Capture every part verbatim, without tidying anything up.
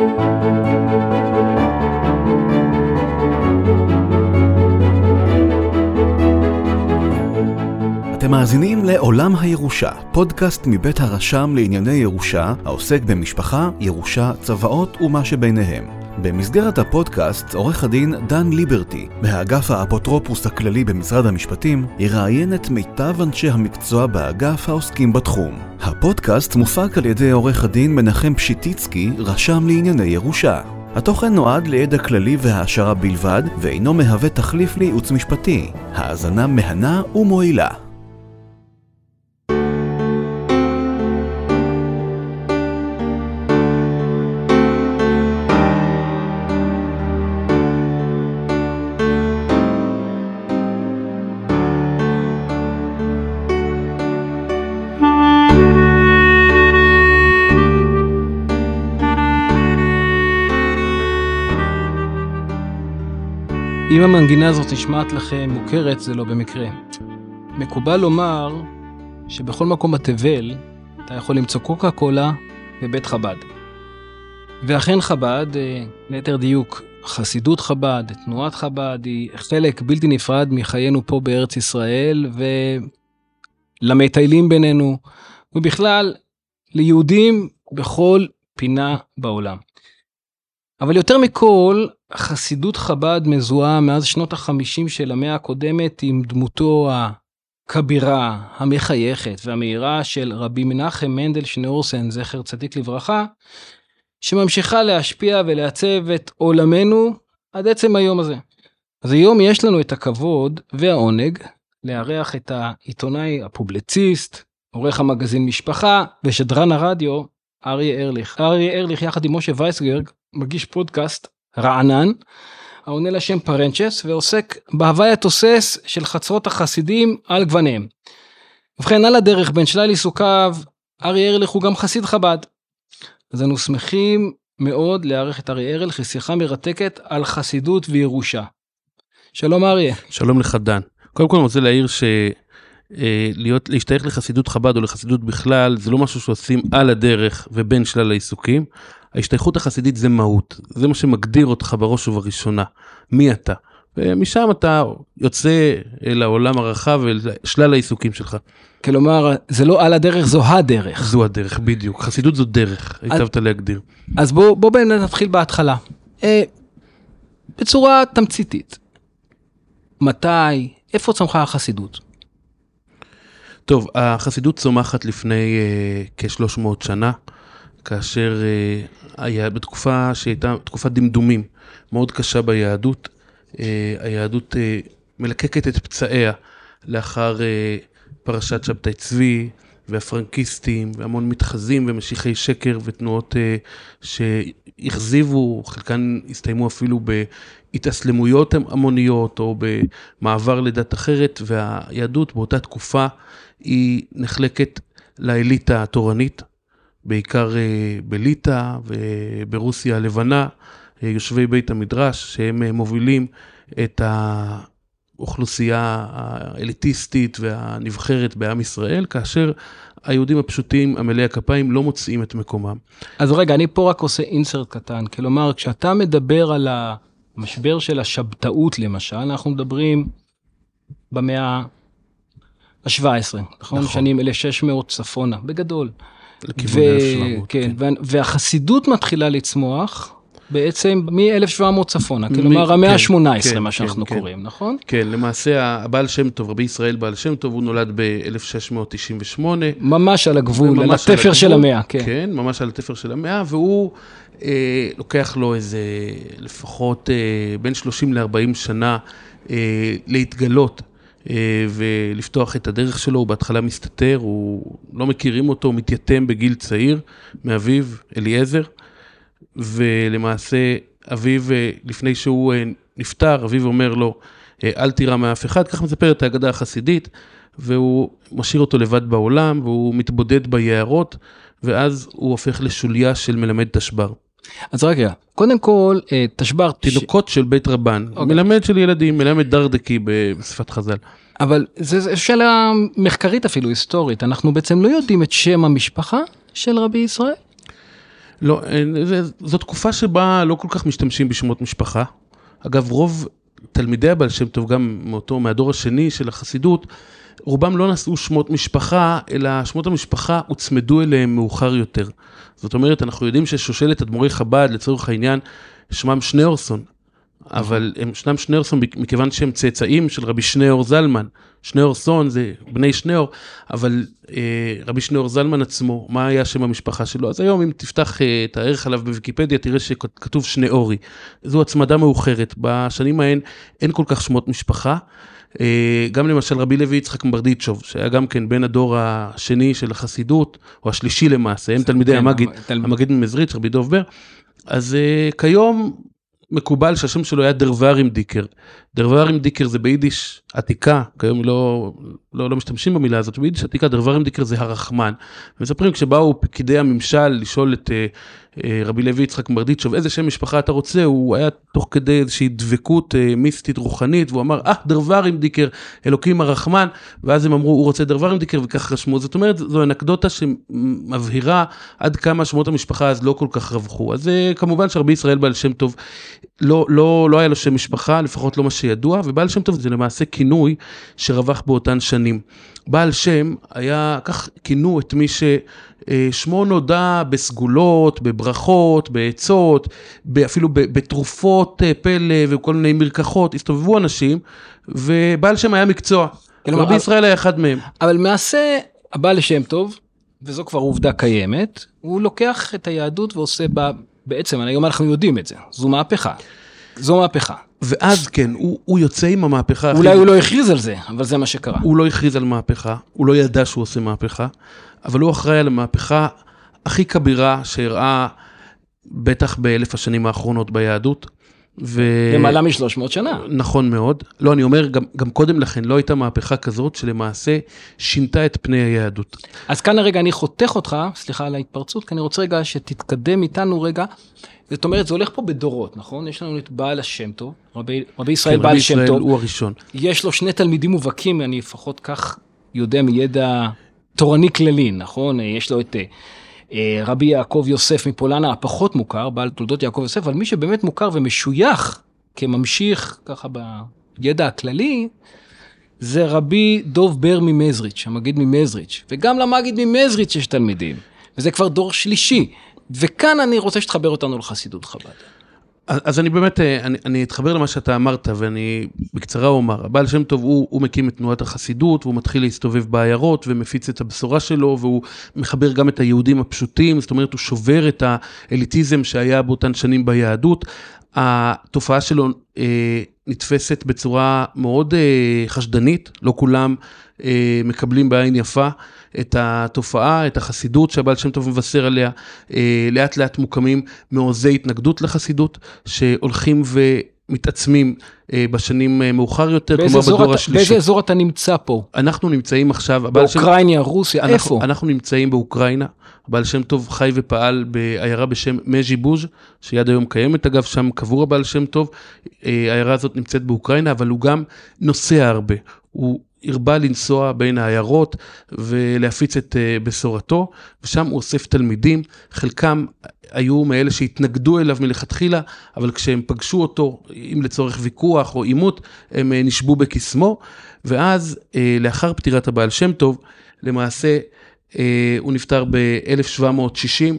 אתם מאזינים לעולם הירושה, פודקאסט מבית הרשם לענייני ירושה, העוסק במשפחה, ירושה, צוואות ומה שביניהם. במסגרת הפודקאסט, עורך הדין דן ליברטי, באגף האפוטרופוס הכללי במשרד המשפטים, יראיין את מיטב אנשי המקצוע באגף העוסקים בתחום. הפודקאסט מופק על ידי עורך הדין מנחם פשיטיצקי, רשם לענייני ירושה. התוכן נועד לידע כללי והעשרה בלבד, ואינו מהווה תחליף לייעוץ משפטי. האזנה מהנה ומועילה. אם המנגינה הזאת נשמעת לכם מוכרת, זה לא במקרה. מקובל לומר שבכל מקום בתבל אתה יכול למצוא קוקה קולה בבית חב"ד. ואכן חב"ד, ליתר דיוק חסידות חב"ד, תנועת חב"ד, היא חלק בלתי נפרד מחיינו פה בארץ ישראל, ולמטיילים בינינו, ובכלל ליהודים בכל פינה בעולם. אבל יותר מכל, חסידות חב"ד מזוהה מאז שנות החמישים של המאה הקודמת עם דמותו הכבירה, המחייכת והמהירה של רבי מנחם מנדל שניאורסן, זכר צדיק לברכה, שממשיכה להשפיע ולעצב את עולמנו עד עצם היום הזה. אז היום יש לנו את הכבוד והעונג לארח את העיתונאי הפובלציסט, עורך המגזין משפחה ושדרן הרדיו, אריה ארליך. אריה ארליך יחד עם משה וייסגרג מגיש פודקאסט רענן, העונה לשם פרנצ'ס, ועוסק בהווי התוסס של חצרות החסידים על גווניהם. ובכן, על הדרך בין שלל עיסוקיו, אריה ארליך הוא גם חסיד חב"ד. אז אנו שמחים מאוד לארח את אריה ארליך לשיחה מרתקת על חסידות וירושה. שלום אריה. שלום לך דן. קודם כל אני רוצה להעיר ש... להיות, להשתייך לחסידות חב"ד או לחסידות בכלל, זה לא משהו שעושים על הדרך ובין שלל העיסוקים. ההשתייכות החסידית זה מהות, זה מה שמגדיר אותך בראש ובראשונה, מי אתה, ומשם אתה יוצא אל העולם הרחב ואל שלל העיסוקים שלך. כלומר, זה לא על הדרך, זו הדרך. זו הדרך, בדיוק, חסידות זו דרך, היטבת להגדיר. אז בוא, בוא באמת נתחיל בהתחלה, אה, בצורה תמציתית, מתי, איפה צמחה החסידות? טוב, החסידות צומחת לפני uh, כ-שלוש מאות שנה, כאשר uh, היה בתקופה שהייתה תקופת דמדומים מאוד קשה ביהדות, uh, היהדות uh, מלקקת את פצעיה לאחר uh, פרשת שבתאי צבי והפרנקיסטים והמון מתחזים ומשיחי שקר ותנועות uh, שהחזיבו, חלקן הסתיימו אפילו בהתאסלמויות המוניות או במעבר לדת אחרת, והיהדות באותה תקופה היא נחלקת לאליטה התורנית, בעיקר בליטא וברוסיה הלבנה, יושבי בית המדרש, שהם מובילים את האוכלוסייה האליטיסטית והנבחרת בעם ישראל, כאשר היהודים הפשוטים, המלאי הכפיים, לא מוצאים את מקומם. אז רגע, אני פה רק עושה אינסרט קטן, כלומר, כשאתה מדבר על המשבר של השבתאות למשל, אנחנו מדברים במאה ה-שבע עשרה, נכון? נכון. שנים אלף ושש מאות צפונה, בגדול. לכיוון אלף שבע מאות, כן. כן. והחסידות מתחילה לצמוח בעצם מ-אלף שבע מאות צפונה, כלומר המאה ה-שמונה עשרה, מה שאנחנו קוראים, נכון? כן, למעשה הבעל שם טוב, רבי ישראל בעל שם טוב, הוא נולד ב-אלף שש מאות תשעים ושמונה. ממש על הגבול, על התפר של המאה. כן, ממש על התפר של המאה, והוא לוקח לו איזה לפחות בין שלושים לארבעים שנה להתגלות, ולפתוח את הדרך שלו. הוא בהתחלה מסתתר, הוא לא מכירים אותו, הוא מתייתם בגיל צעיר מאביו אליעזר, ולמעשה אביו, לפני שהוא נפטר, אביו אומר לו, אל תירא מאף אחד, כך מספר את האגדה החסידית, והוא משאיר אותו לבד בעולם, והוא מתבודד ביערות, ואז הוא הופך לשוליה של מלמד תשבר. אז רגע, קודם כל, תשבר... תינוקות ש... של בית רבן, okay. מלמד של ילדים, מלמד דרדקי בשפת חז"ל. אבל זו שאלה מחקרית אפילו, היסטורית, אנחנו בעצם לא יודעים את שם המשפחה של רבי ישראל? לא, זו תקופה שבה לא כל כך משתמשים בשמות משפחה. אגב, רוב תלמידי הבעל שם טוב, גם מאותו, מהדור השני של החסידות, רובם לא נשאו שמות משפחה, אלא שמות המשפחה הוצמדו אליהם מאוחר יותר. זאת אומרת, אנחנו יודעים ששושלת אדמו"רי חב"ד, לצורך העניין, שמם שניאורסון, אבל הם שנם שניאורסון מכיוון שהם צאצאים של רבי שניאור זלמן. שניאורסון זה בני שניאור, אבל אה, רבי שניאור זלמן עצמו, מה היה שם המשפחה שלו? אז היום אם תפתח אה, את הערך עליו בוויקיפדיה, תראה שכתוב שניאורי. זו הצמדה מאוחרת. בשנים ההן אין כל כך שמות משפחה. אה, גם למשל רבי לוי יצחק מברדיצ'וב, שהיה גם כן בין הדור השני של החסידות, או השלישי למעשה, הם תלמידי כן, המגיד, תל... המגיד ממזריץ', רבי דוב בר. אז אה, כיום מקובל שהשם שלו היה דרוורים דיקר. דרוורים דיקר זה ביידיש עתיקה, כיום לא, לא, לא משתמשים במילה הזאת, ביידיש עתיקה, דרוורים דיקר זה הרחמן. ומספרים כשבאו פקידי הממשל לשאול את אה, אה, רבי לוי יצחק מברדיצ'וב, איזה שם משפחה אתה רוצה, הוא היה תוך כדי איזושהי דבקות אה, מיסטית רוחנית, והוא אמר, אה, דרוורים דיקר, אלוקים הרחמן, ואז הם אמרו, הוא רוצה דרוורים דיקר, וכך רשמו. זאת אומרת, זו אנקדוטה שמבהירה עד כמה שמות המשפחה אז לא כל כך רווחו. אז אה, כמובן שרבי ישראל בעל שם טוב, לא, לא, לא היה לו שם משפחה, לפחות לא מה שידוע, ובעל שם טוב זה למעשה כינוי שרווח באותן שנים. בעל שם היה, כך כינו את מי ששמו נודע בסגולות, בברכות, בעצות, אפילו בתרופות פלא וכל מיני מרקחות, הסתובבו אנשים, ובעל שם היה מקצוע. רבי ישראל היה אחד מהם. אבל מעשה הבעל שם טוב, וזו כבר עובדה קיימת, הוא לוקח את היהדות ועושה בה, בעצם, היום אנחנו יודעים את זה, זו מהפכה. זו מהפכה. ואז כן, הוא, הוא יוצא עם המהפכה. אולי הוא לא הכריז על זה, אבל זה מה שקרה. הוא לא הכריז על מהפכה, הוא לא ידע שהוא עושה מהפכה, אבל הוא אחראי על המהפכה הכי כבירה שהראה בטח באלף השנים האחרונות ביהדות. ו... למעלה משלוש מאות שנה. נכון מאוד. לא, אני אומר, גם, גם קודם לכן לא הייתה מהפכה כזאת שלמעשה שינתה את פני היהדות. אז כאן הרגע אני חותך אותך, סליחה על ההתפרצות, כי אני רוצה רגע שתתקדם איתנו רגע. זאת אומרת, זה הולך פה בדורות, נכון? יש לנו את בעל השם טוב, רבי, רבי ישראל כן, בעל רבי שם ישראל טוב. הוא הראשון. יש לו שני תלמידים מובהקים, אני לפחות כך יודע מידע תורני כללי, נכון? יש לו את אה, רבי יעקב יוסף מפולנה, הפחות מוכר, בעל תולדות יעקב יוסף, אבל מי שבאמת מוכר ומשוייך כממשיך ככה בידע הכללי, זה רבי דוב בר ממזריץ', המגיד ממזריץ', וגם למגיד ממזריץ' יש תלמידים, וזה כבר דור שלישי. וכאן אני רוצה שתחבר אותנו לחסידות חב"ד. אז אני באמת, אני, אני אתחבר למה שאתה אמרת, ואני בקצרה אומר, הבעל שם טוב הוא, הוא מקים את תנועת החסידות, והוא מתחיל להסתובב בעיירות, ומפיץ את הבשורה שלו, והוא מחבר גם את היהודים הפשוטים, זאת אומרת, הוא שובר את האליטיזם שהיה באותן שנים ביהדות. התופעה שלו אה, נתפסת בצורה מאוד אה, חשדנית, לא כולם אה, מקבלים בעין יפה את התופעה, את החסידות שהבעל שם טוב מבשר עליה, אה, לאט לאט מוקמים מעוזי התנגדות לחסידות, שהולכים ומתעצמים אה, בשנים אה, מאוחר יותר, כמו בדור אתה, השלישי. באיזה אזור אתה נמצא פה? אנחנו נמצאים עכשיו, באוקראינה, שם, רוסיה, אנחנו, איפה? אנחנו נמצאים באוקראינה, הבעל שם טוב חי ופעל בעיירה בשם מז'יבוז' שיד היום קיימת, אגב שם קבור הבעל שם טוב, העיירה הזאת נמצאת באוקראינה, אבל הוא גם נוסע הרבה, הוא הרבה לנסוע בין העיירות ולהפיץ את בשורתו, ושם הוא אוסף תלמידים, חלקם היו מאלה שהתנגדו אליו מלכתחילה, אבל כשהם פגשו אותו, אם לצורך ויכוח או עימות, הם נשבו בקסמו, ואז לאחר פטירת הבעל שם טוב, למעשה הוא נפטר ב-אלף שבע מאות שישים,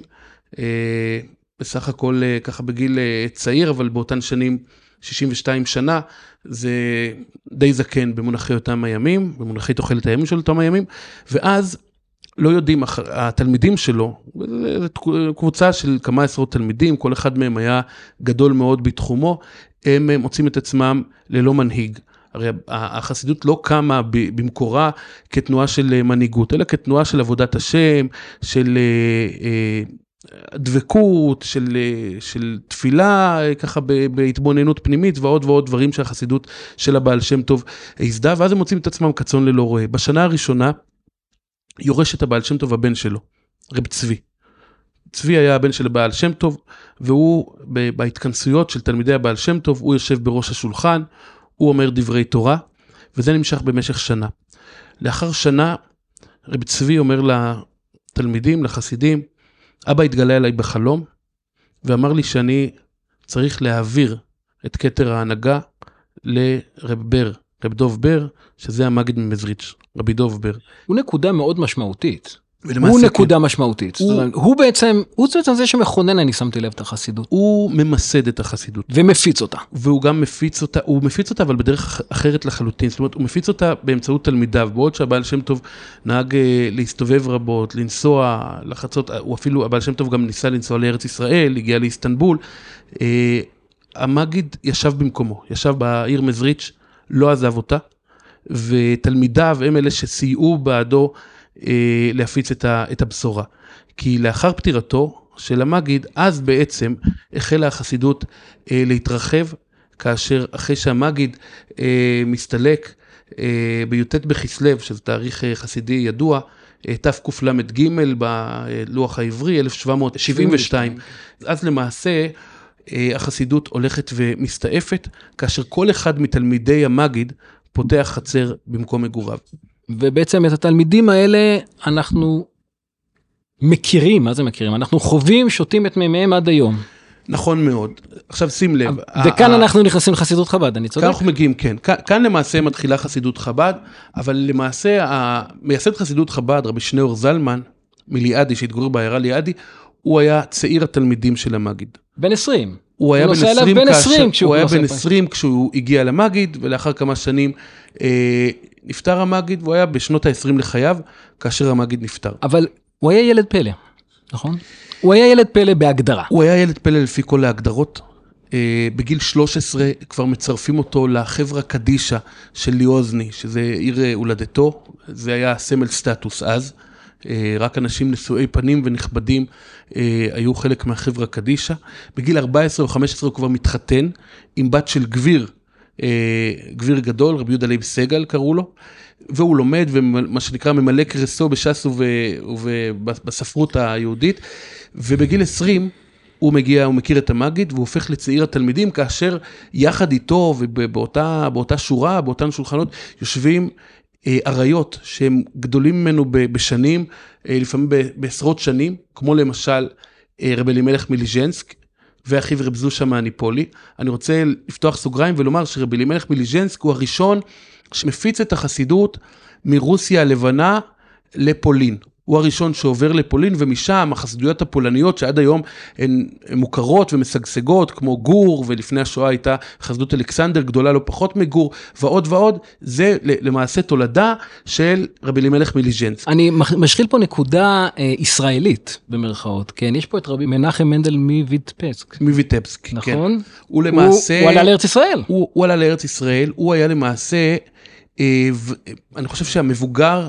בסך הכל ככה בגיל צעיר, אבל באותן שנים, שישים ושתיים שנה, זה די זקן במונחי אותם הימים, במונחי תוחלת הימים של אותם הימים, ואז לא יודעים, התלמידים שלו, זו קבוצה של כמה עשרות תלמידים, כל אחד מהם היה גדול מאוד בתחומו, הם מוצאים את עצמם ללא מנהיג. הרי החסידות לא קמה במקורה כתנועה של מנהיגות, אלא כתנועה של עבודת השם, של דבקות, של, של תפילה, ככה בהתבוננות פנימית, ועוד ועוד דברים שהחסידות של הבעל שם טוב הזדה, ואז הם מוצאים את עצמם כצאן ללא רועה. בשנה הראשונה, יורש את הבעל שם טוב הבן שלו, רב צבי. צבי היה הבן של הבעל שם טוב, והוא בהתכנסויות של תלמידי הבעל שם טוב, הוא יושב בראש השולחן, הוא אומר דברי תורה, וזה נמשך במשך שנה. לאחר שנה, רב צבי אומר לתלמידים, לחסידים, אבא התגלה אליי בחלום, ואמר לי שאני צריך להעביר את כתר ההנהגה לרב בר, רב דוב בר, שזה המגיד ממזריץ', רבי דוב בר. הוא נקודה מאוד משמעותית. ולמעשה, הוא נקודה כן. משמעותית. הוא, אומרת, הוא בעצם, הוא בעצם זה שמכונן, אני שמתי לב את החסידות. הוא ממסד את החסידות. ומפיץ אותה. והוא גם מפיץ אותה, הוא מפיץ אותה אבל בדרך אחרת לחלוטין. זאת אומרת, הוא מפיץ אותה באמצעות תלמידיו, בעוד שהבעל שם טוב נהג להסתובב רבות, לנסוע, לחצות, הוא אפילו, הבעל שם טוב גם ניסה לנסוע לארץ ישראל, הגיע לאיסטנבול. המגיד ישב במקומו, ישב בעיר מזריץ', לא עזב אותה, ותלמידיו הם אלה שסייעו בעדו להפיץ את הבשורה. כי לאחר פטירתו של המגיד, אז בעצם החלה החסידות להתרחב, כאשר אחרי שהמגיד מסתלק בי"ט בכסלו, שזה תאריך חסידי ידוע, תקל"ג בלוח העברי, אלף שבע מאות שבעים ושתיים. אז למעשה החסידות הולכת ומסתעפת, כאשר כל אחד מתלמידי המגיד פותח חצר במקום מגוריו. ובעצם את התלמידים האלה אנחנו מכירים, מה זה מכירים? אנחנו חווים, שותים את מימיהם עד היום. נכון מאוד. עכשיו שים לב. וכאן אנחנו נכנסים לחסידות חב"ד, אני צודק? כאן אנחנו מגיעים, כן. כאן למעשה מתחילה חסידות חב"ד, אבל למעשה מייסד חסידות חב"ד, רבי שניאור זלמן, מליעדי, שהתגורר בעיירה ליעדי, הוא היה צעיר התלמידים של המגיד. בן עשרים. הוא היה בן עשרים הוא היה בן עשרים כשהוא הגיע למגיד, ולאחר כמה שנים נפטר המגיד, והוא היה בשנות ה-עשרים לחייו, כאשר המגיד נפטר. אבל הוא היה ילד פלא, נכון? הוא היה ילד פלא בהגדרה. הוא היה ילד פלא לפי כל ההגדרות. בגיל שלוש עשרה כבר מצרפים אותו לחברה קדישה של ליאוזני, שזה עיר הולדתו, זה היה סמל סטטוס אז. רק אנשים נשואי פנים ונכבדים היו חלק מהחברה קדישה. בגיל ארבע עשרה או חמש עשרה הוא כבר מתחתן עם בת של גביר, גביר גדול, רבי יהודה לייב סגל קראו לו, והוא לומד ומה שנקרא ממלא קרסו בש"ס ובספרות היהודית, ובגיל עשרים הוא מגיע, הוא מכיר את המגיד, והוא הופך לצעיר התלמידים, כאשר יחד איתו ובאותה באותה שורה, באותן שולחנות, יושבים עריות שהם גדולים ממנו בשנים, לפעמים בעשרות שנים, כמו למשל רבי אלימלך מליז'נסק, ואחיו רב זושה מהניפולי. אני רוצה לפתוח סוגריים ולומר שרבי אלימלך מליז'נסק הוא הראשון שמפיץ את החסידות מרוסיה הלבנה לפולין. הוא הראשון שעובר לפולין, ומשם החסידויות הפולניות שעד היום הן מוכרות ומשגשגות, כמו גור, ולפני השואה הייתה חסידות אלכסנדר גדולה לא פחות מגור, ועוד ועוד, זה למעשה תולדה של רבי אלימלך מליז'נסק. אני משחיל פה נקודה אה, ישראלית במרכאות, כן? יש פה את רבי מנחם מנדל מויטפסק. מויטפסק, נכון? כן. הוא למעשה... הוא, הוא עלה לארץ ישראל. הוא, הוא עלה לארץ ישראל, הוא היה למעשה, אה, ו, אני חושב שהמבוגר,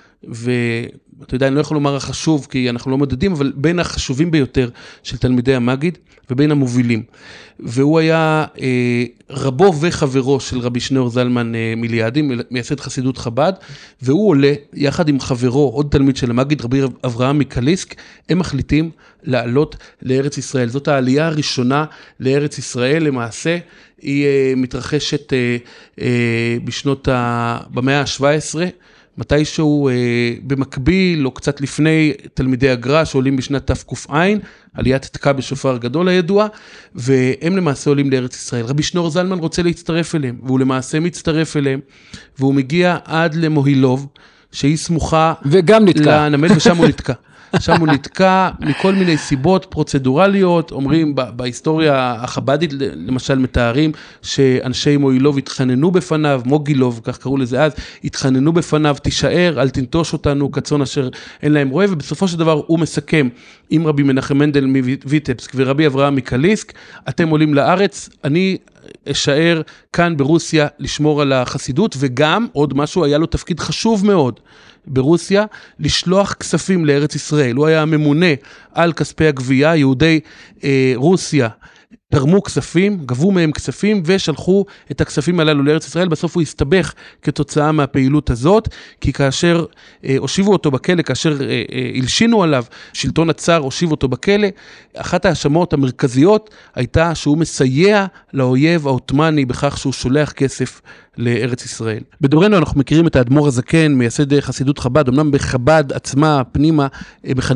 ואתה יודע, אני לא יכול לומר החשוב, כי אנחנו לא מדדים, אבל בין החשובים ביותר של תלמידי המגיד, ובין המובילים. והוא היה אה, רבו וחברו של רבי שניאור זלמן אה, מליעדי, מייסד חסידות חב"ד, והוא עולה יחד עם חברו, עוד תלמיד של המגיד, רבי אברהם מקליסק, הם מחליטים לעלות לארץ ישראל. זאת העלייה הראשונה לארץ ישראל, למעשה היא אה, מתרחשת אה, אה, בשנות, ה... במאה ה-שבע עשרה, מתישהו אה, במקביל או קצת לפני תלמידי הגר"א שעולים בשנת תק"ע, עליית תקע בשופר גדול הידוע, והם למעשה עולים לארץ ישראל. רבי שניאור זלמן רוצה להצטרף אליהם, והוא למעשה מצטרף אליהם, והוא מגיע עד למוהילוב, שהיא סמוכה וגם נתקע. לנמל, ושם הוא נתקע. שם הוא נתקע מכל מיני סיבות פרוצדורליות, אומרים בהיסטוריה החבדית למשל מתארים שאנשי מוהילוב התחננו בפניו, מוגילוב, כך קראו לזה אז, התחננו בפניו, תישאר, אל תנטוש אותנו, כצאן אשר אין להם רועה, ובסופו של דבר הוא מסכם עם רבי מנחם מנדל מויטפסק ורבי אברהם מקליסק, אתם עולים לארץ, אני אשאר כאן ברוסיה לשמור על החסידות, וגם עוד משהו, היה לו תפקיד חשוב מאוד, ברוסיה, לשלוח כספים לארץ ישראל. הוא היה הממונה על כספי הגבייה, יהודי אה, רוסיה תרמו כספים, גבו מהם כספים ושלחו את הכספים הללו לארץ ישראל. בסוף הוא הסתבך כתוצאה מהפעילות הזאת, כי כאשר אה, הושיבו אותו בכלא, כאשר אה, אה, הלשינו עליו, שלטון הצאר הושיב אותו בכלא, אחת ההאשמות המרכזיות הייתה שהוא מסייע לאויב העות'מאני בכך שהוא שולח כסף לארץ ישראל. בדורנו אנחנו מכירים את האדמו"ר הזקן, מייסד חסידות חב"ד, אמנם בחב"ד עצמה, פנימה, מכנים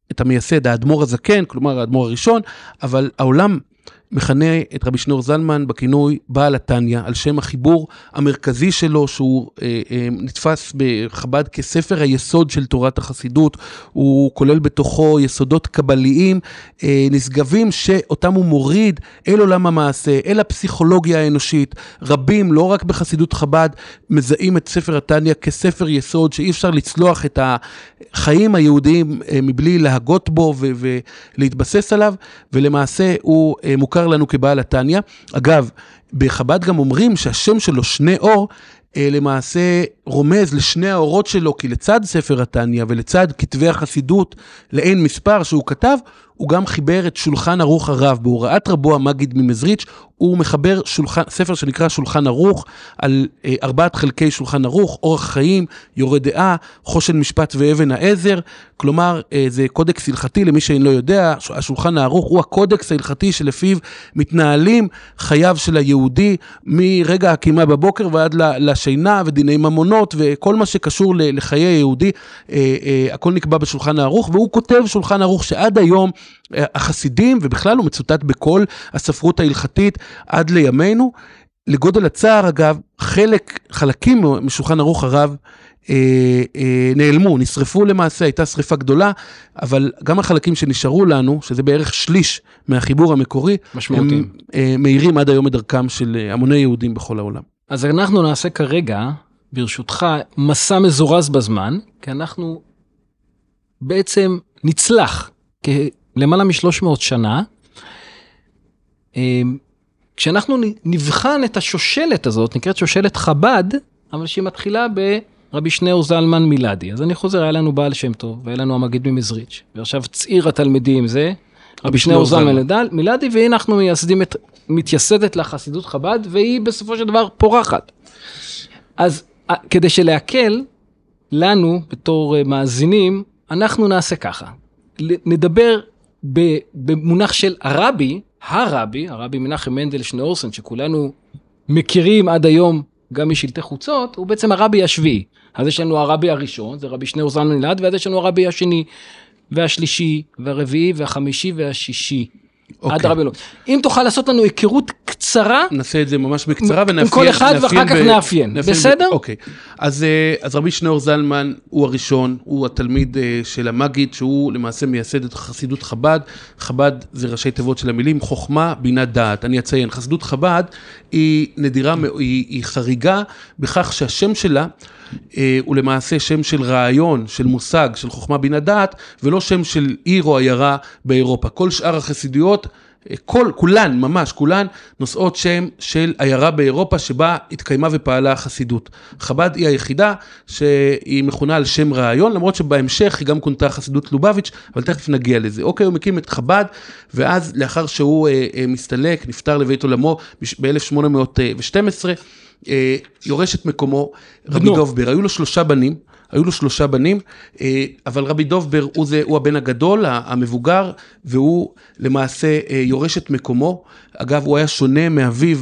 את המייסד, האדמו"ר הזקן, כלומר האדמו"ר הראשון, אבל העולם מכנה את רבי שניאור זלמן בכינוי בעל התניא, על שם החיבור המרכזי שלו, שהוא אה, אה, נתפס בחב"ד כספר היסוד של תורת החסידות, הוא כולל בתוכו יסודות קבליים, אה, נשגבים שאותם הוא מוריד אל עולם המעשה, אל הפסיכולוגיה האנושית. רבים, לא רק בחסידות חב"ד, מזהים את ספר התניא כספר יסוד, שאי אפשר לצלוח את החיים היהודיים אה, מבלי להגות בו ו- ולהתבסס עליו, ולמעשה הוא אה, מוכר לנו כבעל התניא. אגב, בחב"ד גם אומרים שהשם שלו שני אור, למעשה רומז לשני האורות שלו, כי לצד ספר התניא ולצד כתבי החסידות לאין מספר שהוא כתב, הוא גם חיבר את שולחן ערוך הרב, בהוראת רבו המגיד ממזריץ', הוא מחבר שולחן, ספר שנקרא שולחן ערוך, על אה, ארבעת חלקי שולחן ערוך, אורח חיים, יורה דעה, חושן משפט ואבן העזר, כלומר אה, זה קודקס הלכתי, למי שאין לא יודע, השולחן הערוך הוא הקודקס ההלכתי שלפיו מתנהלים חייו של היהודי, מרגע הקימה בבוקר ועד לשינה ודיני ממונות, וכל מה שקשור לחיי היהודי, אה, אה, הכל נקבע בשולחן הערוך, והוא כותב שולחן ערוך שעד היום, החסידים, ובכלל הוא מצוטט בכל הספרות ההלכתית עד לימינו. לגודל הצער, אגב, חלק, חלקים משולחן ערוך הרב אה, אה, נעלמו, נשרפו למעשה, הייתה שריפה גדולה, אבל גם החלקים שנשארו לנו, שזה בערך שליש מהחיבור המקורי, משמעותיים. הם אה, מהירים עד היום את דרכם של המוני יהודים בכל העולם. אז אנחנו נעשה כרגע, ברשותך, מסע מזורז בזמן, כי אנחנו בעצם נצלח, למעלה משלוש מאות שנה, כשאנחנו נבחן את השושלת הזאת, נקראת שושלת חב"ד, אבל שהיא מתחילה ברבי שניאור זלמן מילדי. אז אני חוזר, היה לנו בעל שם טוב, והיה לנו המגיד ממזריץ', ועכשיו צעיר התלמידים זה, רבי שניאור זלמן מילדי, והיא אנחנו מייסדים את, מתייסדת לחסידות חב"ד, והיא בסופו של דבר פורחת. אז כדי שלהקל לנו, בתור מאזינים, אנחנו נעשה ככה. נדבר במונח של הרבי, הרבי, הרבי מנחם מנדל שניאורסון, שכולנו מכירים עד היום גם משלטי חוצות, הוא בעצם הרבי השביעי. אז יש לנו הרבי הראשון, זה רבי שניאור זלמן מילדי, ואז יש לנו הרבי השני, והשלישי, והרביעי, והחמישי, והשישי. Okay. עד הרבי לא. אם תוכל לעשות לנו היכרות קצרה, נעשה את זה ממש בקצרה, ונאפיין. עם כל אחד ואחר כך נאפיין. בסדר? אוקיי. אז, אז רבי שניאור זלמן הוא הראשון, הוא התלמיד של המגיד, שהוא למעשה מייסד את חסידות חב"ד. חב"ד זה ראשי תיבות של המילים, חוכמה, בינה, דעת. אני אציין, חסידות חב"ד היא נדירה, היא, היא חריגה בכך שהשם שלה, הוא למעשה שם של רעיון, של מושג, של חוכמה בינה דעת, ולא שם של עיר או עיירה באירופה. כל שאר החסידויות, כל, כולן, ממש, כולן נושאות שם של עיירה באירופה שבה התקיימה ופעלה החסידות. חב"ד היא היחידה שהיא מכונה על שם רעיון, למרות שבהמשך היא גם כונתה חסידות לובביץ', אבל תכף נגיע לזה. אוקיי, הוא מקים את חב"ד, ואז לאחר שהוא אה, אה, מסתלק, נפטר לבית עולמו ב-אלף שמונה מאות ושתים עשרה, יורש את מקומו רבי דובבר. היו לו שלושה בנים, היו לו שלושה בנים, אבל רבי דובבר הוא, זה, הוא הבן הגדול, המבוגר, והוא למעשה יורש את מקומו. אגב, הוא היה שונה מאביו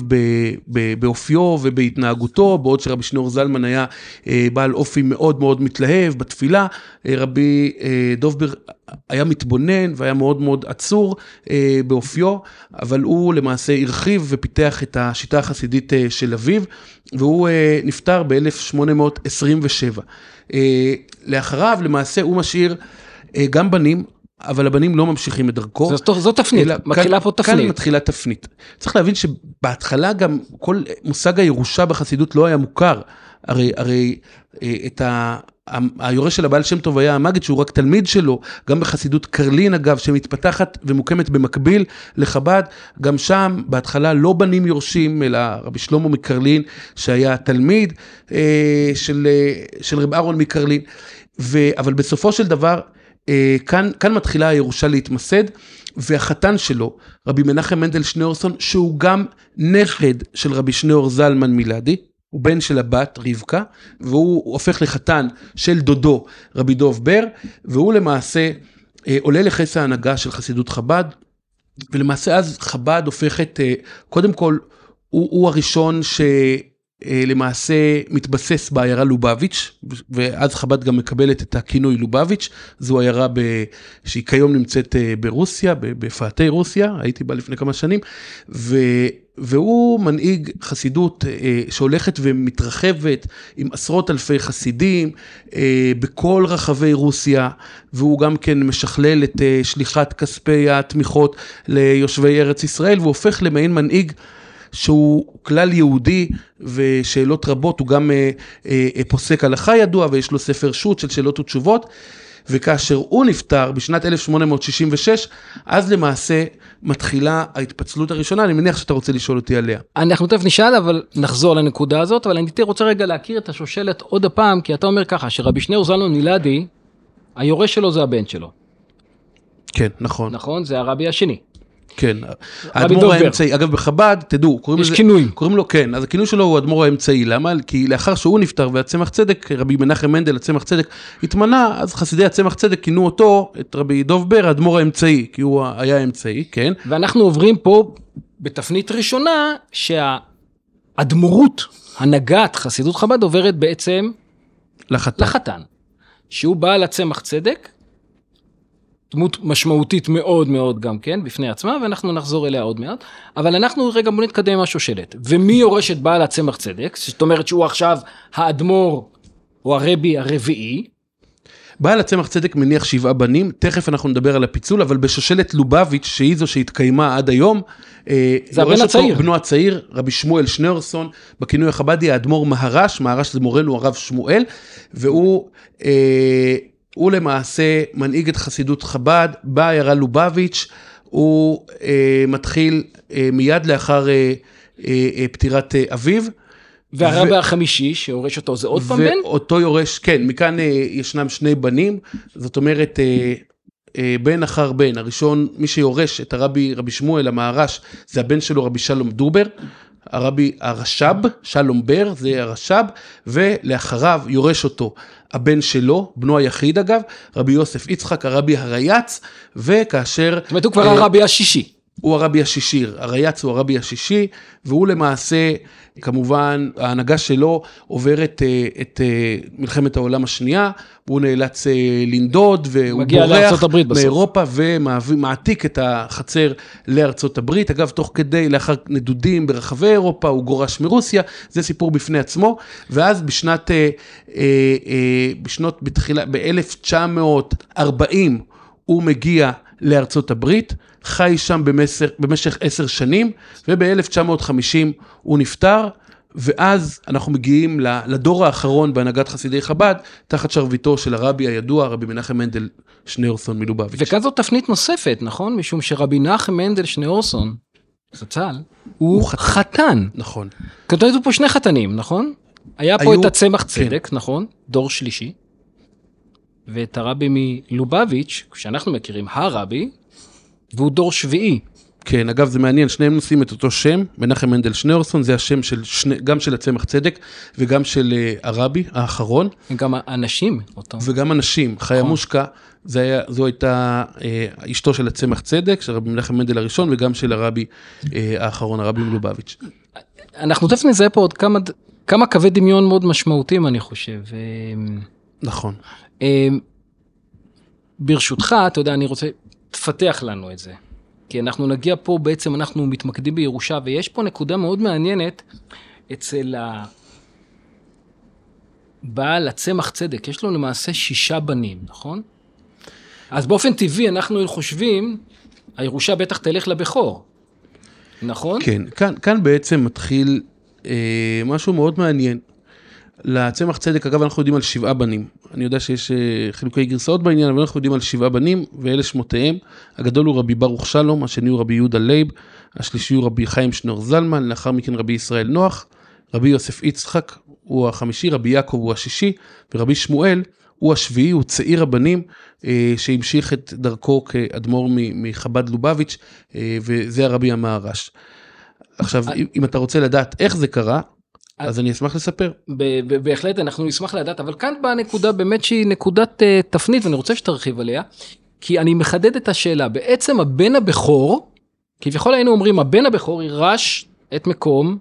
באופיו ובהתנהגותו, בעוד שרבי שניאור זלמן היה בעל אופי מאוד מאוד מתלהב בתפילה, רבי דובבר היה מתבונן והיה מאוד מאוד עצור באופיו, אבל הוא למעשה הרחיב ופיתח את השיטה החסידית של אביו, והוא נפטר ב-אלף שמונה מאות עשרים ושבע. לאחריו למעשה הוא משאיר גם בנים, אבל הבנים לא ממשיכים את דרכו. זו תפנית, מתחילה פה תפנית. כאן מתחילה תפנית. צריך להבין שבהתחלה גם כל מושג הירושה בחסידות לא היה מוכר. הרי, הרי את ה... היורש של הבעל שם טוב היה המגיד, שהוא רק תלמיד שלו, גם בחסידות קרלין אגב, שמתפתחת ומוקמת במקביל לחב"ד, גם שם בהתחלה לא בנים יורשים, אלא רבי שלמה מקרלין, שהיה תלמיד אה, של, של רב אהרון מקרלין, ו, אבל בסופו של דבר, אה, כאן, כאן מתחילה הירושה להתמסד, והחתן שלו, רבי מנחם מנדל שניאורסון, שהוא גם נכד של רבי שניאור זלמן מילדי, הוא בן של הבת רבקה, והוא הופך לחתן של דודו רבי דוב בר, והוא למעשה אה, עולה לחס ההנהגה של חסידות חב"ד, ולמעשה אז חב"ד הופכת, אה, קודם כל, הוא, הוא הראשון למעשה מתבסס בעיירה לובביץ', ואז חב"ד גם מקבלת את הכינוי לובביץ', זו עיירה ב... שהיא כיום נמצאת ברוסיה, בפאתי רוסיה, הייתי בה לפני כמה שנים, ו... והוא מנהיג חסידות שהולכת ומתרחבת עם עשרות אלפי חסידים בכל רחבי רוסיה, והוא גם כן משכלל את שליחת כספי התמיכות ליושבי ארץ ישראל, והוא הופך למעין מנהיג שהוא כלל יהודי ושאלות רבות, הוא גם פוסק הלכה ידוע ויש לו ספר שו"ת של שאלות ותשובות, וכאשר הוא נפטר בשנת אלף שמונה מאות שישים ושש, אז למעשה מתחילה ההתפצלות הראשונה, אני מניח שאתה רוצה לשאול אותי עליה. אנחנו תכף נשאל, אבל נחזור לנקודה הזאת, אבל אני רוצה רגע להכיר את השושלת עוד הפעם, כי אתה אומר ככה, שרבי שניאור זלמן מלאדי, היורש שלו זה הבן שלו. כן, נכון. נכון, זה הרבי השני. כן, האדמו"ר האמצעי, אגב בחב"ד, תדעו, קוראים יש לזה, כינוי. קוראים לו, כן, אז הכינוי שלו הוא האדמו"ר האמצעי, למה? כי לאחר שהוא נפטר והצמח צדק, רבי מנחם מנדל, הצמח צדק, התמנה, אז חסידי הצמח צדק כינו אותו, את רבי דוב בר, האדמו"ר האמצעי, כי הוא היה האמצעי, כן. ואנחנו עוברים פה בתפנית ראשונה, שהאדמו"רות, הנהגת חסידות חב"ד, עוברת בעצם לחתן. לחתן, שהוא בעל הצמח צדק, דמות משמעותית מאוד מאוד גם כן, בפני עצמה, ואנחנו נחזור אליה עוד מעט, אבל אנחנו רגע בוא נתקדם עם השושלת, ומי יורש את בעל הצמח צדק, זאת אומרת שהוא עכשיו האדמו"ר, או הרבי הרביעי, בעל הצמח צדק מניח שבעה בנים, תכף אנחנו נדבר על הפיצול, אבל בשושלת לובביץ' שהיא זו שהתקיימה עד היום, זה הבן הצעיר. בנו הצעיר, רבי שמואל שניאורסון, בכינוי החב"די, האדמו"ר מהר"ש, מהר"ש זה מורנו הרב שמואל, והוא הוא למעשה מנהיג את חסידות חב"ד, בעיירה לובביץ', הוא אה, מתחיל אה, מיד לאחר אה, אה, פטירת אה, אביו. והרבי ו... החמישי שיורש אותו זה עוד פעם בן? ואותו יורש, כן, מכאן אה, ישנם שני בנים, זאת אומרת אה, אה, בן אחר בן, הראשון, מי שיורש את הרבי רבי שמואל המהר"ש, זה הבן שלו רבי שלום דובר, הרבי הרש"ב, שלום בר, זה הרש"ב, ולאחריו יורש אותו הבן שלו, בנו היחיד אגב, רבי יוסף יצחק, הרבי הרייץ, וכאשר... זאת אומרת, הוא כבר אה, הרבי השישי. הוא הרבי השישי, הרייץ הוא הרבי השישי, והוא למעשה, כמובן, ההנהגה שלו עוברת את מלחמת העולם השנייה, והוא נאלץ לנדוד, והוא בורח מאירופה, ומעתיק את החצר לארצות הברית, אגב, תוך כדי, לאחר נדודים ברחבי אירופה, הוא גורש מרוסיה, זה סיפור בפני עצמו, ואז בשנת, בשנות, בתחילה, ב-אלף תשע מאות וארבעים, הוא מגיע לארצות הברית, חי שם במשך, במשך עשר שנים, וב-אלף תשע מאות וחמישים הוא נפטר, ואז אנחנו מגיעים לדור האחרון בהנהגת חסידי חב"ד, תחת שרביטו של הרבי הידוע, רבי מנחם מנדל שניאורסון מלובביץ'. וכאן זאת תפנית נוספת, נכון? משום שרבי מנחם מנדל שניאורסון, זצ"ל, הוא חתן. חתן. נכון. כתוב פה שני חתנים, נכון? היה פה היו... את הצמח צדק, כן. נכון? דור שלישי. ואת הרבי מלובביץ', שאנחנו מכירים, הרבי, והוא דור שביעי. כן, אגב זה מעניין, שניהם נושאים את אותו שם, מנחם מנדל שניאורסון, זה השם של שני, גם של הצמח צדק, וגם של uh, הרבי האחרון. וגם אנשים. אותם. וגם אנשים, חיה מושקה, זה היה, זו הייתה uh, אשתו של הצמח צדק, של רבי מנחם מנדל הראשון, וגם של הרבי uh, האחרון, הרבי מלובביץ'. אנחנו תכף נזהה פה עוד כמה, כמה קווי דמיון מאוד משמעותיים, אני חושב. נכון. ברשותך, אתה יודע, אני רוצה, תפתח לנו את זה. כי אנחנו נגיע פה, בעצם אנחנו מתמקדים בירושה, ויש פה נקודה מאוד מעניינת אצל הבעל הצמח צדק. יש לו למעשה שישה בנים, נכון? אז באופן טבעי אנחנו חושבים, הירושה בטח תלך לבכור, נכון? כן, כאן, כאן בעצם מתחיל אה, משהו מאוד מעניין. לצמח צדק, אגב, אנחנו יודעים על שבעה בנים. אני יודע שיש חילוקי גרסאות בעניין, אבל אנחנו יודעים על שבעה בנים, ואלה שמותיהם. הגדול הוא רבי ברוך שלום, השני הוא רבי יהודה לייב, השלישי הוא רבי חיים שניאור זלמן, לאחר מכן רבי ישראל נוח, רבי יוסף יצחק הוא החמישי, רבי יעקב הוא השישי, ורבי שמואל הוא השביעי, הוא צעיר הבנים, שהמשיך את דרכו כאדמו"ר מחב"ד לובביץ', וזה הרבי המהר"ש. עכשיו, אם אתה רוצה לדעת איך זה קרה, אז אני אשמח לספר. בהחלט, אנחנו נשמח לדעת, אבל כאן באה נקודה באמת שהיא נקודת תפנית, ואני רוצה שתרחיב עליה, כי אני מחדד את השאלה, בעצם הבן הבכור, כביכול היינו אומרים, הבן הבכור ירש את מקום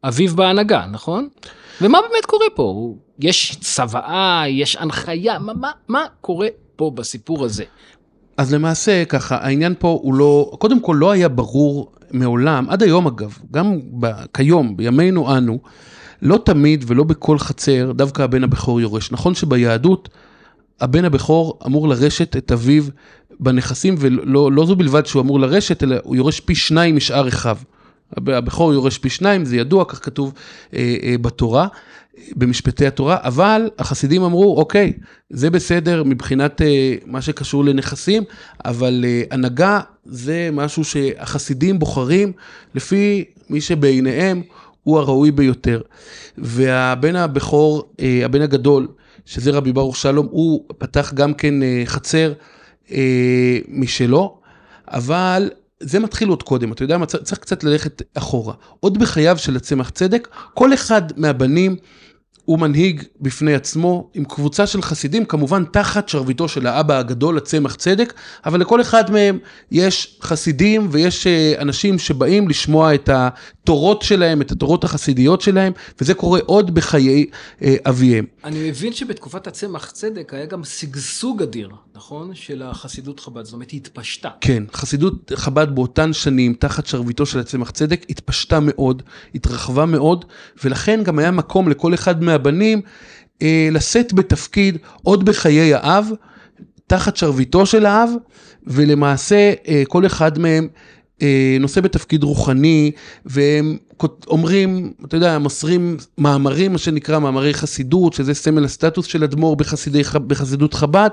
אביו בהנהגה, נכון? ומה באמת קורה פה? יש צוואה, יש הנחיה, מה, מה, מה קורה פה בסיפור הזה? אז למעשה ככה, העניין פה הוא לא, קודם כל לא היה ברור מעולם, עד היום אגב, גם ב, כיום, בימינו אנו, לא תמיד ולא בכל חצר, דווקא הבן הבכור יורש. נכון שביהדות, הבן הבכור אמור לרשת את אביו בנכסים, ולא לא זו בלבד שהוא אמור לרשת, אלא הוא יורש פי שניים משאר אחיו. הבכור יורש פי שניים, זה ידוע, כך כתוב אה, אה, בתורה, במשפטי התורה, אבל החסידים אמרו, אוקיי, זה בסדר מבחינת אה, מה שקשור לנכסים, אבל אה, הנהגה זה משהו שהחסידים בוחרים לפי מי שבעיניהם הוא הראוי ביותר. והבן הבכור, אה, הבן הגדול, שזה רבי ברוך שלום, הוא פתח גם כן אה, חצר אה, משלו, אבל זה מתחיל עוד קודם, אתה יודע מה, צריך קצת ללכת אחורה. עוד בחייו של הצמח צדק, כל אחד מהבנים הוא מנהיג בפני עצמו, עם קבוצה של חסידים, כמובן תחת שרביטו של האבא הגדול, הצמח צדק, אבל לכל אחד מהם יש חסידים, ויש אנשים שבאים לשמוע את התורות שלהם, את התורות החסידיות שלהם, וזה קורה עוד בחיי אביהם. אני מבין שבתקופת הצמח צדק היה גם סגסוג אדיר, נכון? של החסידות חב"ד, זאת אומרת, היא התפשטה. כן, חסידות חב"ד באותן שנים, תחת שרביטו של הצמח צדק, התפשטה מאוד, התרחבה מאוד, ולכן גם היה מקום לכל אחד מהבנים, אה, לשאת בתפקיד עוד בחיי האב, תחת שרביטו של האב, ולמעשה אה, כל אחד מהם אה, נושא בתפקיד רוחני, והם אומרים, אתה יודע, מוסרים מאמרים, מה שנקרא מאמרי חסידות, שזה סמל הסטטוס של אדמו"ר בחסידי, בחסידות חב"ד,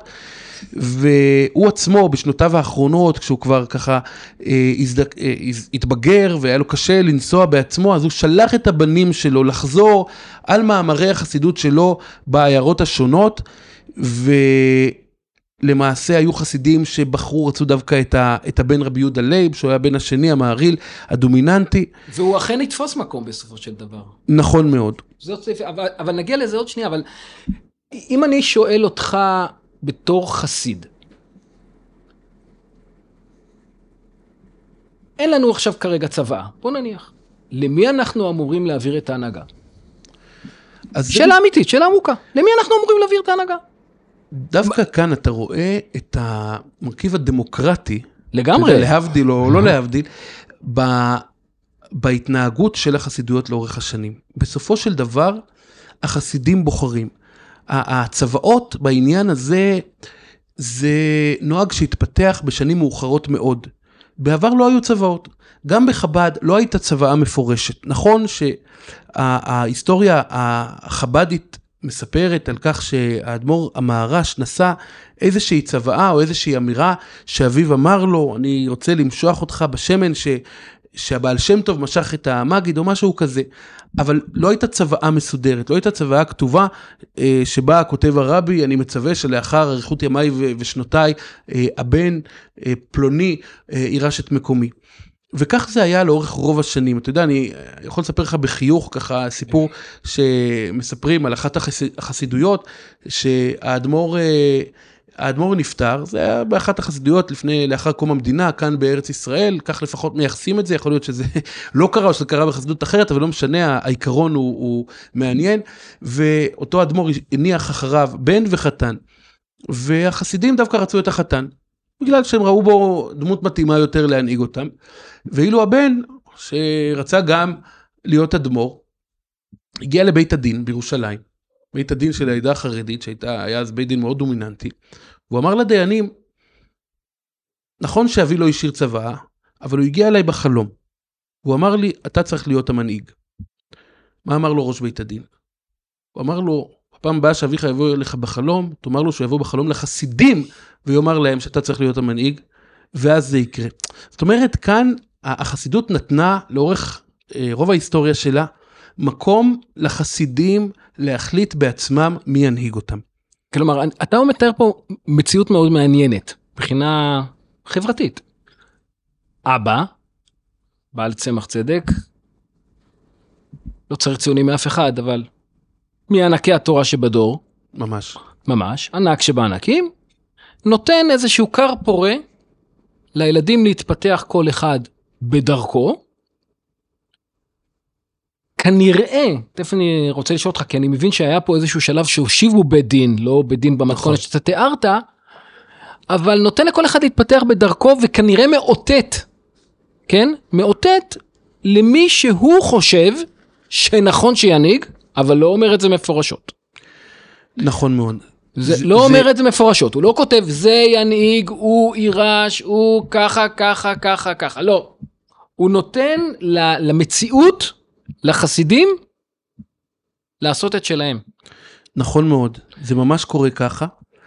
והוא עצמו בשנותיו האחרונות, כשהוא כבר ככה אה, הזדק, אה, התבגר והיה לו קשה לנסוע בעצמו, אז הוא שלח את הבנים שלו לחזור על מאמרי החסידות שלו בעיירות השונות, ולמעשה היו חסידים שבחרו, רצו דווקא את, ה, את הבן רבי יהודה לייב, שהוא היה בן השני, המעריל, הדומיננטי. והוא אכן יתפוס מקום בסופו של דבר. נכון מאוד. זאת, אבל, אבל נגיע לזה עוד שנייה, אבל אם אני שואל אותך, בתור חסיד. אין לנו עכשיו כרגע צבא, בוא נניח. למי אנחנו אמורים להעביר את ההנהגה? שאלה זה... אמיתית, שאלה עמוקה. למי אנחנו אמורים להעביר את ההנהגה? דווקא כאן אתה רואה את המרכיב הדמוקרטי, לגמרי. יודע, להבדיל או לא להבדיל, ב... בהתנהגות של החסידויות לאורך השנים. בסופו של דבר, החסידים בוחרים. הצבאות בעניין הזה, זה נוהג שהתפתח בשנים מאוחרות מאוד. בעבר לא היו צבאות. גם בחב"ד לא הייתה צבאה מפורשת. נכון שההיסטוריה החב"דית מספרת על כך שהאדמו"ר המהר"ש נשא איזושהי צבאה או איזושהי אמירה שאביו אמר לו, אני רוצה למשוח אותך בשמן ש... שהבעל שם טוב משך את המגיד או משהו כזה, אבל לא הייתה צוואה מסודרת, לא הייתה צוואה כתובה שבה כותב הרבי, אני מצווה שלאחר אריכות ימיי ושנותיי, הבן פלוני יירש את מקומי. וכך זה היה לאורך רוב השנים. אתה יודע, אני יכול לספר לך בחיוך ככה סיפור שמספרים על אחת החסידויות, שהאדמו"ר האדמו"ר נפטר, זה היה באחת החסידויות לפני, לאחר קום המדינה, כאן בארץ ישראל, כך לפחות מייחסים את זה, יכול להיות שזה לא קרה או שזה קרה בחסידות אחרת, אבל לא משנה, העיקרון הוא, הוא מעניין, ואותו האדמו"ר הניח אחריו בן וחתן, והחסידים דווקא רצו את החתן, בגלל שהם ראו בו דמות מתאימה יותר להנהיג אותם, ואילו הבן, שרצה גם להיות אדמו"ר, הגיע לבית הדין בירושלים, בית הדין של העדה החרדית, שהייתה, היה אז בית דין מאוד דומיננטי, והוא אמר לדיינים, נכון שאבי לא השאיר צבא, אבל הוא הגיע אליי בחלום, הוא אמר לי, אתה צריך להיות המנהיג. מה אמר לו ראש בית הדין? הוא אמר לו, הפעם הבאה שאביך יבוא אליך בחלום, תאמר לו שהוא יבוא בחלום לחסידים, ויאמר להם שאתה צריך להיות המנהיג, ואז זה יקרה. זאת אומרת, כאן החסידות נתנה לאורך רוב ההיסטוריה שלה, מקום לחסידים להחליט בעצמם מי ינהיג אותם. כלומר, אתה מתאר פה מציאות מאוד מעניינת, מבחינה חברתית. אבא, בעל צמח צדק, לא צריך ציונים מאף אחד, אבל מענקי התורה שבדור, ממש, ממש, ענק שבענקים, נותן איזשהו קר פורה, לילדים להתפתח כל אחד בדרכו, כנראה, תכף אני רוצה לשאול אותך, כי אני מבין שהיה פה איזשהו שלב שהושיבו בית דין, לא בית דין במתכונת שאתה תיארת, אבל נותן לכל אחד להתפתח בדרכו, וכנראה מאותת, כן? מאותת למי שהוא חושב שנכון שינהיג, אבל לא אומר את זה מפורשות. נכון מאוד. זה, זה, לא זה... אומר את זה מפורשות, הוא לא כותב, זה ינהיג, הוא יירש, הוא ככה, ככה, ככה, ככה, לא. הוא נותן למציאות, לחסידים, לעשות את שלהם. נכון מאוד, זה ממש קורה ככה,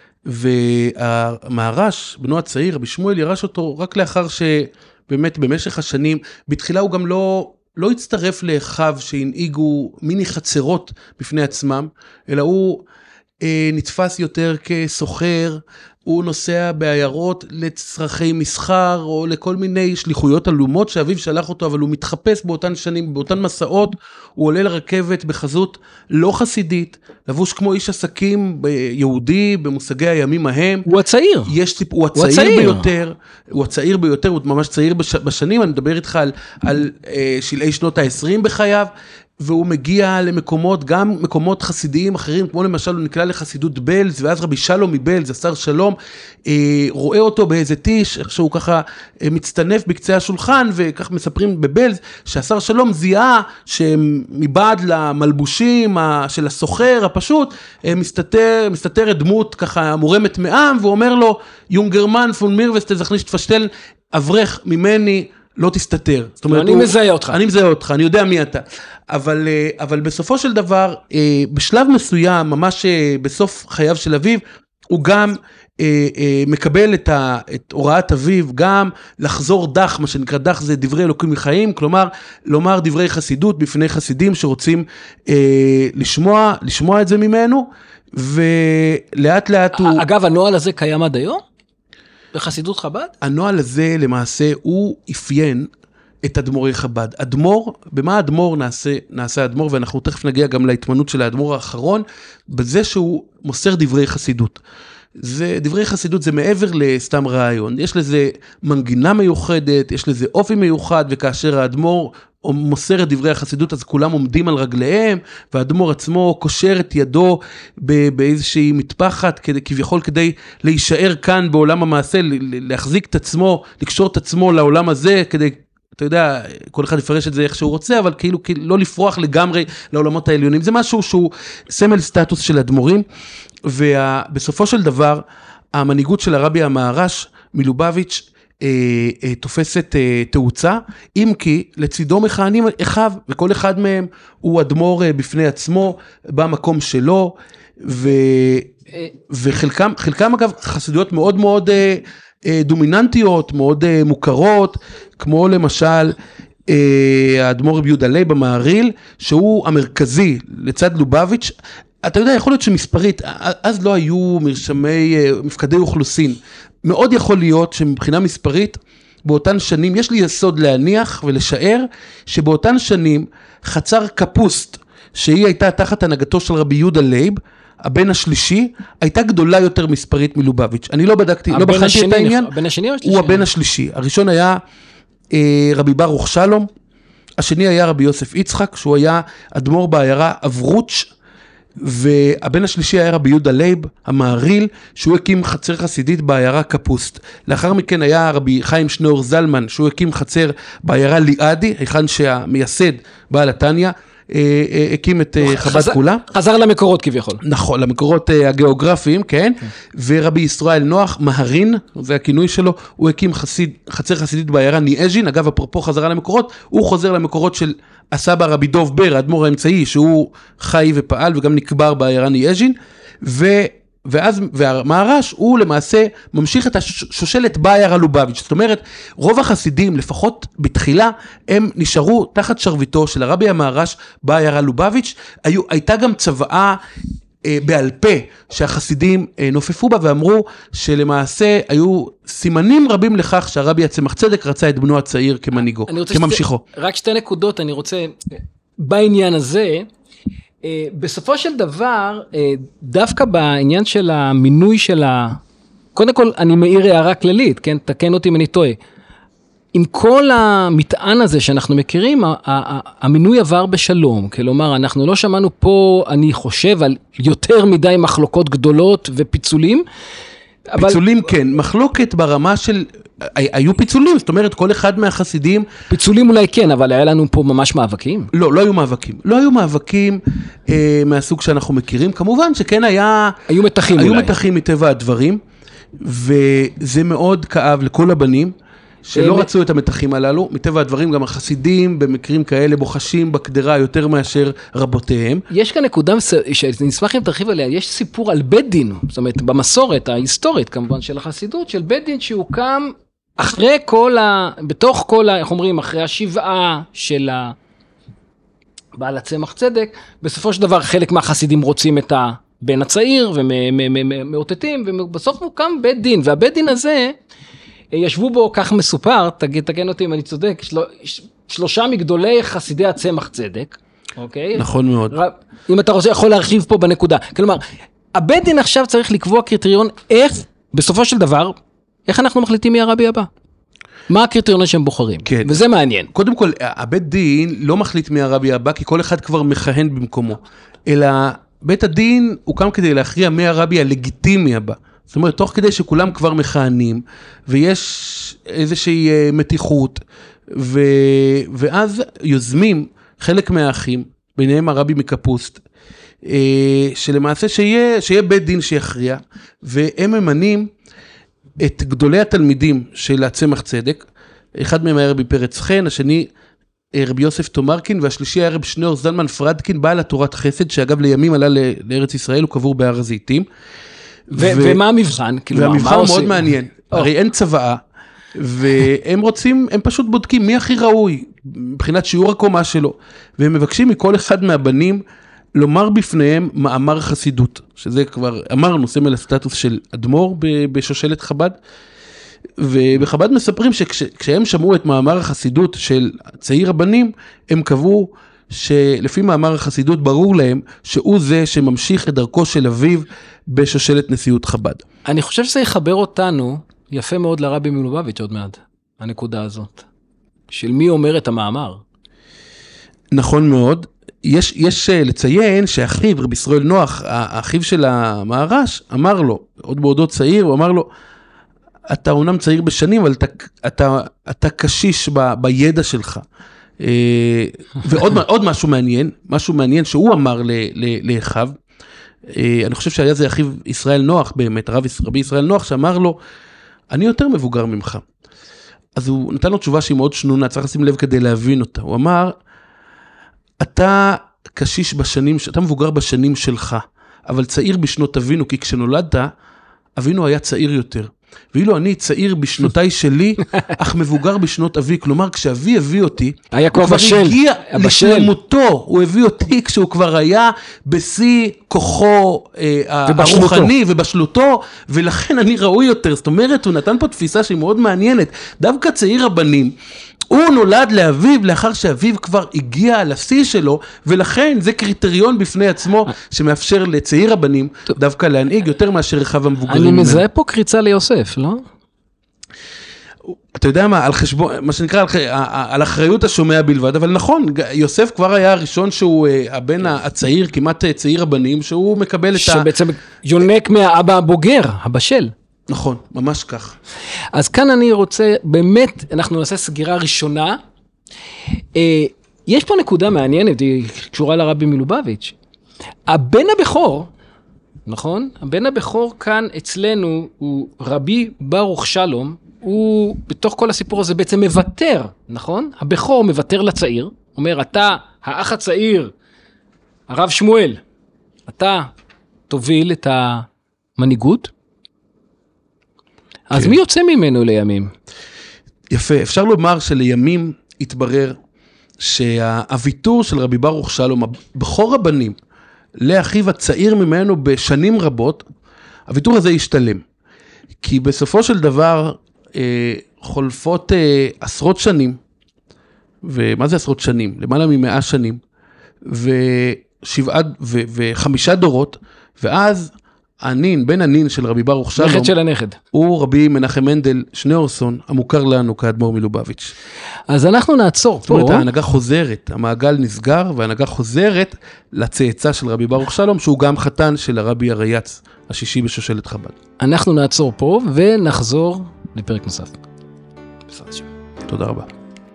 והמהר"ש, בנו הצעיר, רבי שמואל, ירש אותו רק לאחר שבאמת במשך השנים, בתחילה הוא גם לא, לא הצטרף לאחיו שהנהיגו מיני חצרות בפני עצמם, אלא הוא אה, נתפס יותר כסוחר, הוא נוסע בעיירות לצרכי מסחר, או לכל מיני שליחויות עלומות שאביו שלח אותו, אבל הוא מתחפש באותן שנים, באותן מסעות, הוא עולה לרכבת בחזות לא חסידית, לבוש כמו איש עסקים יהודי, במושגי הימים ההם. הוא הצעיר. יש טיפ, הוא הצעיר, הוא הצעיר ביותר, הוא הצעיר ביותר, הוא ממש צעיר בש, בשנים, אני מדבר איתך על, על אה, שלעי שנות ה-עשרים בחייו, והוא מגיע למקומות, גם מקומות חסידיים אחרים, כמו למשל הוא נקלע לחסידות בלז, ואז רבי שלום מבלז, השר שלום, אה, רואה אותו באיזה טיש, איך שהוא ככה אה, מצטנף בקצה השולחן, וכך מספרים בבלז, שהשר שלום זיהה שמבעד למלבושים ה, של הסוחר הפשוט, אה, מסתתר, מסתתרת דמות ככה מורמת מעם, והוא אומר לו, יונגרמן פון מירווסט, זכניש תפשטל, אברך ממני, לא תסתתר. זאת אומרת, אני מזהה אותך. אני מזהה אותך, אני יודע מי אתה. אבל, אבל בסופו של דבר, בשלב מסוים, ממש בסוף חייו של אביו, הוא גם מקבל את, ה, את הוראת אביו, גם לחזור דח, מה שנקרא דח זה דברי אלוקים מחיים, כלומר, לומר דברי חסידות בפני חסידים שרוצים לשמוע, לשמוע את זה ממנו, ולאט לאט הוא... אגב, הנוהל הזה קיים עד היום? בחסידות חב"ד? הנוהל הזה למעשה הוא אפיין את אדמו"רי חב"ד. אדמו"ר, במה אדמו"ר נעשה, נעשה אדמו"ר, ואנחנו תכף נגיע גם להתמנות של האדמו"ר האחרון, בזה שהוא מוסר דברי חסידות. זה, דברי חסידות זה מעבר לסתם רעיון, יש לזה מנגינה מיוחדת, יש לזה אופי מיוחד, וכאשר האדמו"ר מוסר את דברי החסידות, אז כולם עומדים על רגליהם, והאדמו"ר עצמו קושר את ידו באיזושהי מטפחת, כדי, כביכול כדי להישאר כאן בעולם המעשה, להחזיק את עצמו, לקשור את עצמו לעולם הזה, כדי, אתה יודע, כל אחד יפרש את זה איך שהוא רוצה, אבל כאילו, כאילו לא לפרוח לגמרי לעולמות העליונים, זה משהו שהוא סמל סטטוס של אדמו"רים, ובסופו של דבר, המנהיגות של הרבי המהר"ש מלובביץ' תופסת תאוצה, אם כי לצידו מכהנים אחיו, וכל אחד מהם הוא אדמו"ר בפני עצמו, במקום שלו, ו... וחלקם, חלקם אגב חסידויות מאוד מאוד דומיננטיות, מאוד מוכרות, כמו למשל האדמו"ר רבי יהודה לייב במהרי"ל, שהוא המרכזי לצד לובביץ'. אתה יודע, יכול להיות שמספרית, אז לא היו מרשמי, מפקדי אוכלוסין, מאוד יכול להיות שמבחינה מספרית, באותן שנים, יש לי יסוד להניח ולשער, שבאותן שנים חצר קפוסט, שהיא הייתה תחת הנהגתו של רבי יהודה לייב, הבן השלישי, הייתה גדולה יותר מספרית מלובביץ'. אני לא בדקתי, לא בחנתי את העניין. הבן השני או השלישי? הוא הבן השלישי. הראשון היה אה, רבי ברוך שלום, השני היה רבי יוסף יצחק, שהוא היה אדמו"ר בעיירה אברוץ', והבן השלישי היה רבי יהודה לייב, המהרי"ל, שהוא הקים חצר חסידית בעיירה קפוסט. לאחר מכן היה רבי חיים שניאור זלמן, שהוא הקים חצר בעיירה ליעדי, היכן שהמייסד בעל התניא, הקים את חב"ד כולה. חזר למקורות כביכול. נכון, למקורות הגיאוגרפיים, כן. ורבי ישראל נוח, מהרין, זה הכינוי שלו, הוא הקים חצר חסידית בעיירה ניאז'ין, אגב, אפרופו חזרה למקורות, הוא חוזר למקורות של הסבא רבי דוב בר, האדמו"ר האמצעי, שהוא חי ופעל וגם נקבר בעיירה ניאז'ין, ו... ואז, והמהר"ש הוא למעשה ממשיך את השושלת בעיירה לובביץ'. זאת אומרת, רוב החסידים, לפחות בתחילה, הם נשארו תחת שרביטו של הרבי המהר"ש בעיירה לובביץ'. היו, הייתה גם צוואה אה, בעל פה שהחסידים אה, נופפו בה ואמרו שלמעשה היו סימנים רבים לכך שהרבי הצמח צדק רצה את בנו הצעיר כמנהיגו, כממשיכו. שתי, רק שתי נקודות אני רוצה בעניין הזה. Uh, בסופו של דבר, uh, דווקא בעניין של המינוי של ה... קודם כל, אני מעיר הערה כללית, כן? תקן אותי אם אני טועה. עם כל המטען הזה שאנחנו מכירים, המינוי עבר בשלום. כלומר, אנחנו לא שמענו פה, אני חושב, על יותר מדי מחלוקות גדולות ופיצולים. פיצולים אבל... כן, מחלוקת ברמה של, היו פיצולים, זאת אומרת, כל אחד מהחסידים... פיצולים אולי כן, אבל היה לנו פה ממש מאבקים. לא, לא היו מאבקים. לא היו מאבקים אה, מהסוג שאנחנו מכירים. כמובן שכן היה... היו מתחים היו אולי. היו מתחים מטבע הדברים, וזה מאוד כאב לכל הבנים, שלא רצו את המתחים הללו. מטבע הדברים גם החסידים במקרים כאלה בוחשים בקדרה יותר מאשר רבותיהם. יש כאן נקודה שנשמח אם תרחיב עליה, יש סיפור על בית דין, זאת אומרת במסורת ההיסטורית כמובן של החסידות, של בית דין שהוקם אחרי כל ה... בתוך כל ה... איך אומרים, אחרי השבעה של ה... בעל הצמח צדק, בסופו של דבר חלק מהחסידים רוצים את הבן הצעיר ומאותתים, ובסוף מוקם בית דין, והבית דין הזה... ישבו בו, כך מסופר, תגיד, תגן אותי אם אני צודק, של... שלושה מגדולי חסידי הצמח צדק, אוקיי? נכון מאוד. ר... אם אתה רוצה, יכול להרחיב פה בנקודה. כלומר, הבית דין עכשיו צריך לקבוע קריטריון, איך, בסופו של דבר, איך אנחנו מחליטים מי הרבי הבא? מה הקריטריון שהם בוחרים? כן. וזה מעניין. קודם כל, הבית דין לא מחליט מי הרבי הבא, כי כל אחד כבר מכהן במקומו, אלא בית הדין הוקם כדי להכריע מי הרבי הלגיטימי הבא. זאת אומרת, תוך כדי שכולם כבר מכהנים, ויש איזושהי מתיחות, ו... ואז יוזמים חלק מהאחים, ביניהם הרבי מקפוסט, שלמעשה שיהיה, שיהיה בית דין שיכריע, והם ממנים את גדולי התלמידים של הצמח צדק, אחד מהם היה רבי פרץ חן, השני רבי יוסף תומרקין, והשלישי היה רבי שניאור זלמן פרדקין, בעל התורת חסד, שאגב לימים עלה לארץ ישראל, הוא קבור בהר הזיתים, ומה המבחן? והמבחן הוא מאוד מעניין, הרי אין צבאה, והם רוצים, הם פשוט בודקים מי הכי ראוי, מבחינת שיעור הקומה שלו, והם מבקשים מכל אחד מהבנים, לומר בפניהם מאמר חסידות, שזה כבר אמרנו, סמל הסטטוס של אדמו"ר בשושלת חב"ד, ובחב"ד מספרים שכשהם שמעו את מאמר החסידות של צעיר הבנים, הם קבעו שלפי מאמר החסידות ברור להם שהוא זה שממשיך את דרכו של אביו בשושלת נשיאות חב"ד. אני חושב שזה יחבר אותנו יפה מאוד לרבי מלובביץ' עוד מעט, הנקודה הזאת. של מי אומר את המאמר. נכון מאוד. יש, יש לציין שאחיו, רבי ישראל נוח, האחיו של המהר"ש, אמר לו, עוד בעודו צעיר, הוא אמר לו, אתה אומנם צעיר בשנים, אבל אתה, אתה, אתה קשיש ב, בידע שלך. ועוד עוד משהו מעניין, משהו מעניין שהוא אמר לאחיו, אני חושב שהיה זה אחיו ישראל נוח באמת, רב, רבי ישראל נוח, שאמר לו, אני יותר מבוגר ממך. אז הוא נתן לו תשובה שהיא מאוד שנונה, צריך לשים לב כדי להבין אותה. הוא אמר, אתה קשיש בשנים, אתה מבוגר בשנים שלך, אבל צעיר בשנות אבינו, כי כשנולדת, אבינו היה צעיר יותר. ואילו אני צעיר בשנותיי שלי, אך מבוגר בשנות אבי, כלומר כשאבי הביא אותי, היה כבר בשל, הוא הגיע לשלמותו, הוא הביא אותי כשהוא כבר היה בשיא כוחו אה, הרוחני ובשלותו, ולכן אני ראוי יותר, זאת אומרת, הוא נתן פה תפיסה שהיא מאוד מעניינת, דווקא צעיר הבנים, הוא נולד לאביו לאחר שאביו כבר הגיע לשיא שלו, ולכן זה קריטריון בפני עצמו שמאפשר לצעיר הבנים דווקא להנהיג יותר מאשר רחב המבוגרים. אני מזהה פה קריצה ליוסף, לא? אתה יודע מה, על חשבון, מה שנקרא, על, על אחריות השומע בלבד, אבל נכון, יוסף כבר היה הראשון שהוא הבן הצעיר, כמעט צעיר הבנים, שהוא מקבל את ה... שבעצם יונק מהאבא הבוגר, הבשל. נכון, ממש כך. אז כאן אני רוצה, באמת, אנחנו נעשה סגירה ראשונה. יש פה נקודה מעניינת, היא קשורה לרבי מלובביץ'. הבן הבכור, נכון? הבן הבכור כאן אצלנו הוא רבי ברוך שלום, הוא בתוך כל הסיפור הזה בעצם מוותר, נכון? הבכור מוותר לצעיר, אומר, אתה, האח הצעיר, הרב שמואל, אתה תוביל את המנהיגות, אז מי יוצא ממנו לימים? יפה, אפשר לומר שלימים התברר שהוויתור של רבי ברוך שלום, בכור הבנים, לאחיו הצעיר ממנו בשנים רבות, הוויתור הזה השתלם. כי בסופו של דבר אה, חולפות אה, עשרות שנים, ומה זה עשרות שנים? למעלה ממאה שנים, ושבעה ו- וחמישה דורות, ואז הנין, בן הנין של רבי ברוך שלום, נכד של הנכד. הוא רבי מנחם מנדל שניאורסון, המוכר לנו כאדמו"ר מלובביץ'. אז אנחנו נעצור פה. זאת אומרת, ההנהגה חוזרת, המעגל נסגר, וההנהגה חוזרת לצאצא של רבי ברוך שלום, שהוא גם חתן של הרבי הרייץ, השישי בשושלת חב"ד. אנחנו נעצור פה ונחזור לפרק נוסף. תודה רבה.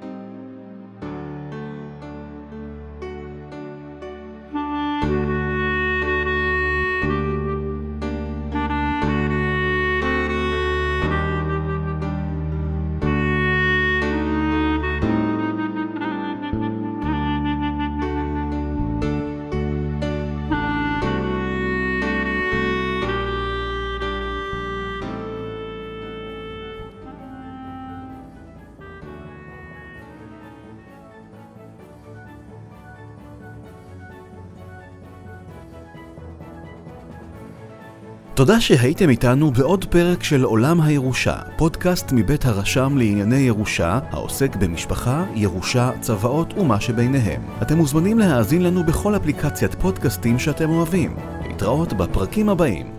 תודה שהייתם איתנו בעוד פרק של עולם הירושה, פודקאסט מבית הרשם לענייני ירושה, העוסק במשפחה, ירושה, צוואות ומה שביניהם. אתם מוזמנים להאזין לנו בכל אפליקציית פודקאסטים שאתם אוהבים. להתראות בפרקים הבאים.